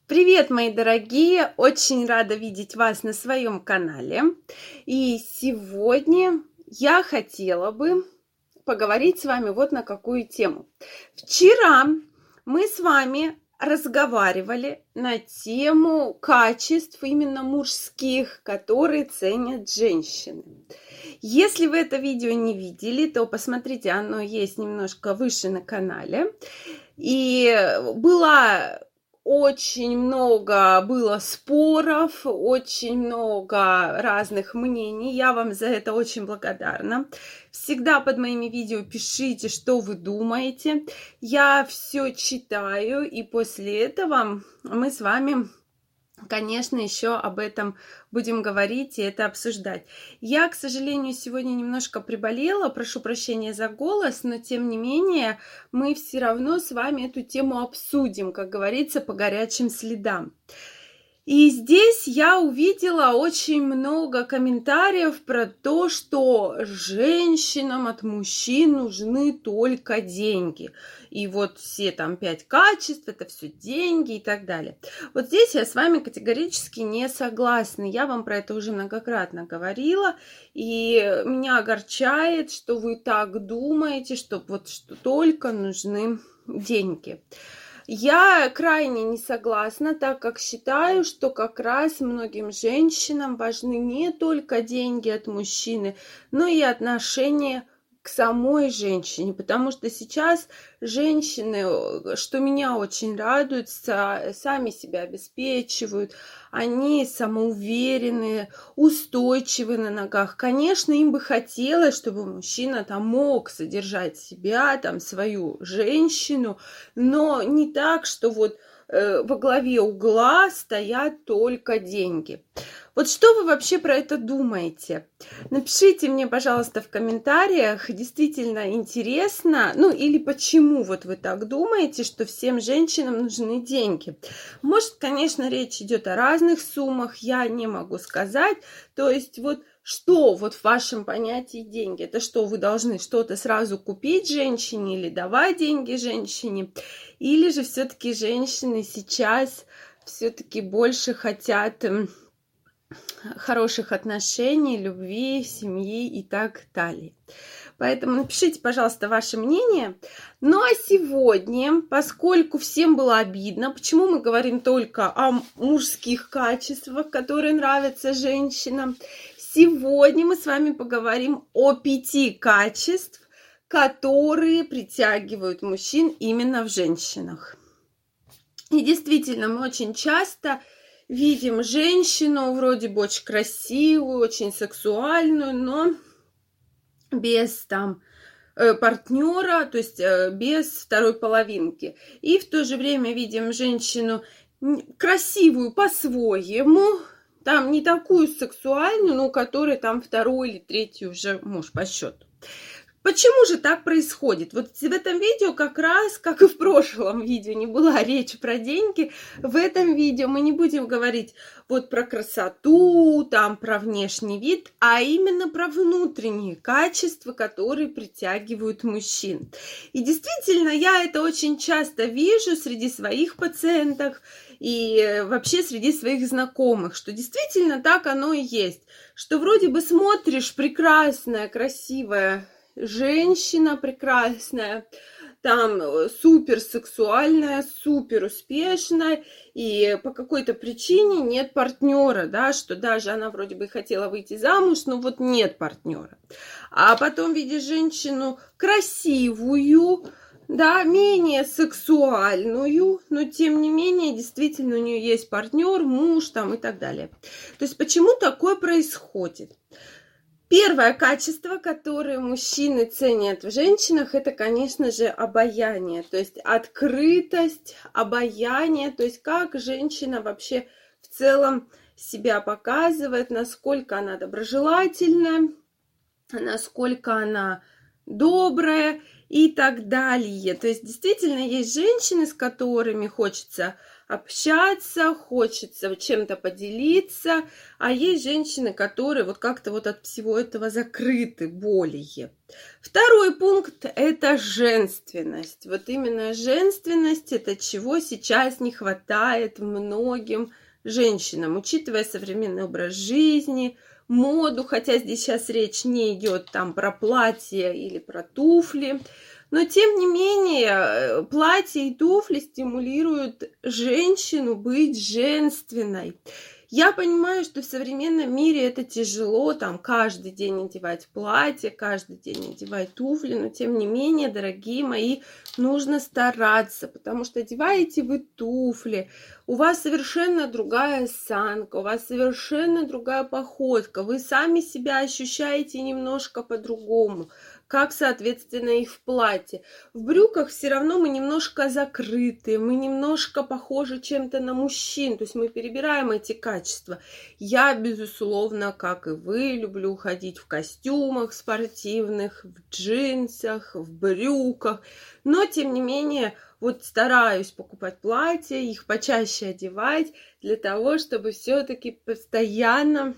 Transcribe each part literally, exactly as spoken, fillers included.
Привет, мои дорогие! Очень рада видеть вас на своем канале. И сегодня я хотела бы поговорить с вами вот на какую тему. Вчера мы с вами разговаривали на тему качеств именно мужских, которые ценят женщины. Если вы это видео не видели, то посмотрите, оно есть немножко выше на канале. И была очень много было споров, очень много разных мнений. Я вам за это очень благодарна. Всегда под моими видео пишите, что вы думаете. Я все читаю, и после этого мы с вами, конечно, еще об этом будем говорить и это обсуждать. Я, к сожалению, сегодня немножко приболела, прошу прощения за голос, но тем не менее мы все равно с вами эту тему обсудим, как говорится, по горячим следам. И здесь я увидела очень много комментариев про то, что женщинам от мужчин нужны только деньги. И вот все там пять качеств, это все деньги и так далее. Вот здесь я с вами категорически не согласна. Я вам про это уже многократно говорила. И меня огорчает, что вы так думаете, что вот что только нужны деньги. Я крайне не согласна, так как считаю, что как раз многим женщинам важны не только деньги от мужчины, но и отношения к самой женщине, потому что сейчас женщины, что меня очень радует, сами себя обеспечивают, они самоуверенные, устойчивы на ногах. Конечно, им бы хотелось, чтобы мужчина там мог содержать себя, там свою женщину, но не так, что вот э, во главе угла стоят только деньги. Вот что вы вообще про это думаете? Напишите мне, пожалуйста, в комментариях, действительно интересно, ну или почему вот вы так думаете, что всем женщинам нужны деньги. Может, конечно, речь идет о разных суммах, я не могу сказать, то есть вот что вот в вашем понятии деньги? Это что, вы должны что-то сразу купить женщине или давать деньги женщине? Или же все-таки женщины сейчас все-таки больше хотят хороших отношений, любви, семьи и так далее. Поэтому напишите, пожалуйста, ваше мнение. Ну а сегодня, поскольку всем было обидно, почему мы говорим только о мужских качествах, которые нравятся женщинам, сегодня мы с вами поговорим о пяти качествах, которые притягивают мужчин именно в женщинах. И действительно, мы очень часто видим женщину, вроде бы очень красивую, очень сексуальную, но без там партнера, то есть без второй половинки. И в то же время видим женщину красивую по-своему, там не такую сексуальную, но у которой там второй или третий уже муж по счету. Почему же так происходит? Вот в этом видео как раз, как и в прошлом видео, не была речь про деньги, в этом видео мы не будем говорить вот про красоту, там, про внешний вид, а именно про внутренние качества, которые притягивают мужчин. И действительно, я это очень часто вижу среди своих пациенток и вообще среди своих знакомых, что действительно так оно и есть, что вроде бы смотришь прекрасная, красивая женщина прекрасная, там супер сексуальная, супер успешная, и по какой-то причине нет партнера, да, что даже она вроде бы хотела выйти замуж, но вот нет партнера. А потом видишь женщину красивую, да, менее сексуальную, но тем не менее действительно у нее есть партнер, муж там и так далее. То есть почему такое происходит? Первое качество, которое мужчины ценят в женщинах, это, конечно же, обаяние, то есть открытость, обаяние, то есть как женщина вообще в целом себя показывает, насколько она доброжелательная, насколько она добрая и так далее. То есть действительно есть женщины, с которыми хочется общаться, хочется чем-то поделиться, а есть женщины, которые вот как-то вот от всего этого закрыты более. Второй пункт – это женственность. Вот именно женственность – это чего сейчас не хватает многим женщинам, учитывая современный образ жизни, моду, хотя здесь сейчас речь не идет там про платье или про туфли, но тем не менее платье и туфли стимулируют женщину быть женственной. Я понимаю, что в современном мире это тяжело, там каждый день надевать платье, каждый день надевать туфли, но тем не менее, дорогие мои, нужно стараться, потому что одеваете вы туфли, у вас совершенно другая осанка, у вас совершенно другая походка, вы сами себя ощущаете немножко по-другому, как, соответственно, и в платье. В брюках все равно мы немножко закрыты, мы немножко похожи чем-то на мужчин, то есть мы перебираем эти качества. Я, безусловно, как и вы, люблю ходить в костюмах спортивных, в джинсах, в брюках, но, тем не менее, вот стараюсь покупать платья, их почаще одевать, для того, чтобы все-таки постоянно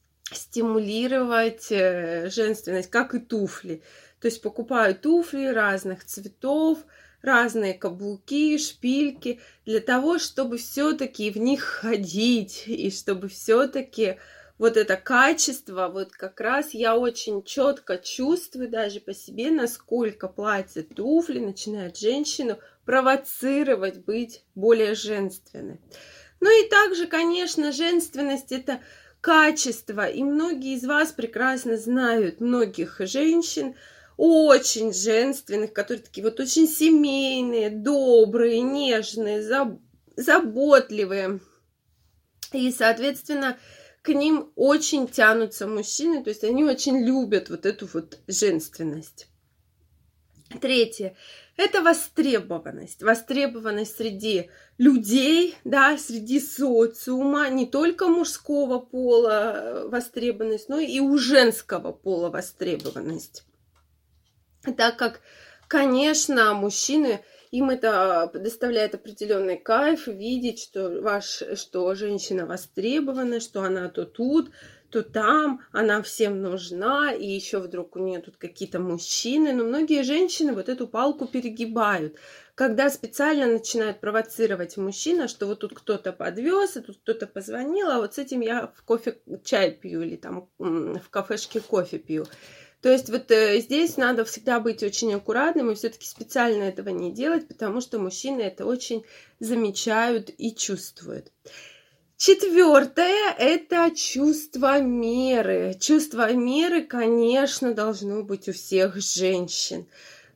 стимулировать женственность, как и туфли. То есть покупаю туфли разных цветов, разные каблуки, шпильки, для того, чтобы все-таки в них ходить, и чтобы все-таки вот это качество, вот как раз я очень четко чувствую даже по себе, насколько платье, туфли начинают женщину провоцировать быть более женственной. Ну и также, конечно, женственность – это качество, и многие из вас прекрасно знают многих женщин, очень женственных, которые такие вот очень семейные, добрые, нежные, заботливые, и, соответственно, к ним очень тянутся мужчины, то есть они очень любят вот эту вот женственность. Третье – это востребованность. Востребованность среди людей, да, среди социума, не только мужского пола востребованность, но и у женского пола востребованность. Так как, конечно, мужчины, им это доставляет определенный кайф видеть, что, ваш, что женщина востребована, что она то тут, то там, она всем нужна, и еще вдруг у нее тут какие-то мужчины. Но многие женщины вот эту палку перегибают, когда специально начинают провоцировать мужчина, что вот тут кто-то подвез, и тут кто-то позвонил, а вот с этим я в кофе чай пью или там в кафешке кофе пью. То есть вот э, здесь надо всегда быть очень аккуратным и все-таки специально этого не делать, потому что мужчины это очень замечают и чувствуют. Четвертое – это чувство меры. Чувство меры, конечно, должно быть у всех женщин.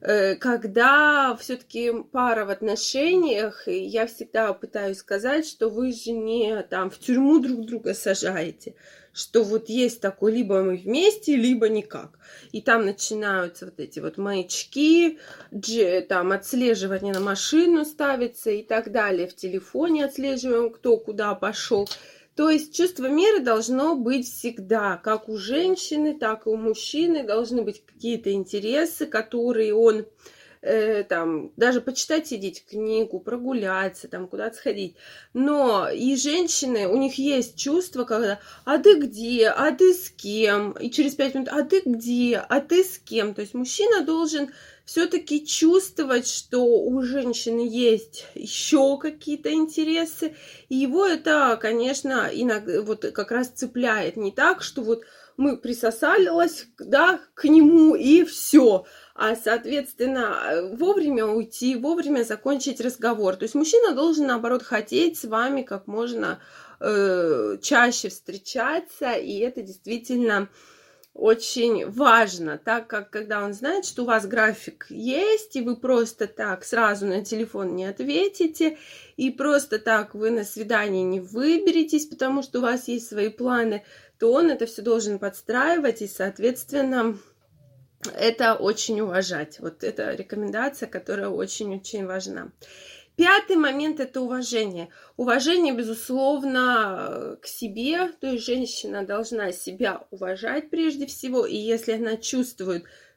Когда все-таки пара в отношениях, я всегда пытаюсь сказать, что вы же не там в тюрьму друг друга сажаете, что вот есть такой, либо мы вместе, либо никак. И там начинаются вот эти вот маячки, там отслеживание на машину ставится и так далее. В телефоне отслеживаем, кто куда пошел. То есть чувство меры должно быть всегда, как у женщины, так и у мужчины. Должны быть какие-то интересы, которые он, э, там, даже почитать, сидеть книгу, прогуляться, там, куда-то сходить. Но и женщины, у них есть чувство, когда «а ты где? А ты с кем?» И через пять минут «а ты где? А ты с кем?» То есть мужчина должен все-таки чувствовать, что у женщины есть еще какие-то интересы, и его это, конечно, иногда вот как раз цепляет. Не так, что вот мы присосались, да, к нему и все, а, соответственно, вовремя уйти, вовремя закончить разговор. То есть мужчина должен, наоборот, хотеть с вами как можно э, чаще встречаться, и это действительно очень важно, так как когда он знает, что у вас график есть, и вы просто так сразу на телефон не ответите, и просто так вы на свидание не выберетесь, потому что у вас есть свои планы, то он это все должен подстраивать, и, соответственно, это очень уважать. Вот это рекомендация, которая очень-очень важна. Пятый момент – это уважение. Уважение, безусловно, к себе. То есть женщина должна себя уважать прежде всего. И если она чувствует,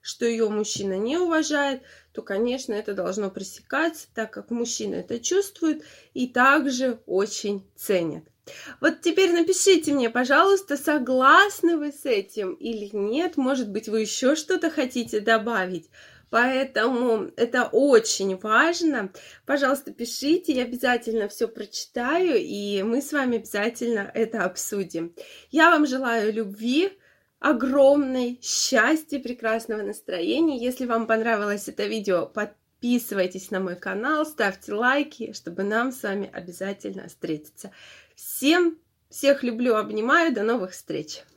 что ее мужчина не уважает, то, конечно, это должно пресекаться, так как мужчина это чувствует и также очень ценит. Вот теперь напишите мне, пожалуйста, согласны вы с этим или нет. Может быть, вы еще что-то хотите добавить. Поэтому это очень важно. Пожалуйста, пишите, я обязательно все прочитаю, и мы с вами обязательно это обсудим. Я вам желаю любви, огромной, счастья, прекрасного настроения. Если вам понравилось это видео, подписывайтесь на мой канал, ставьте лайки, чтобы нам с вами обязательно встретиться. Всем, всех люблю, обнимаю, до новых встреч!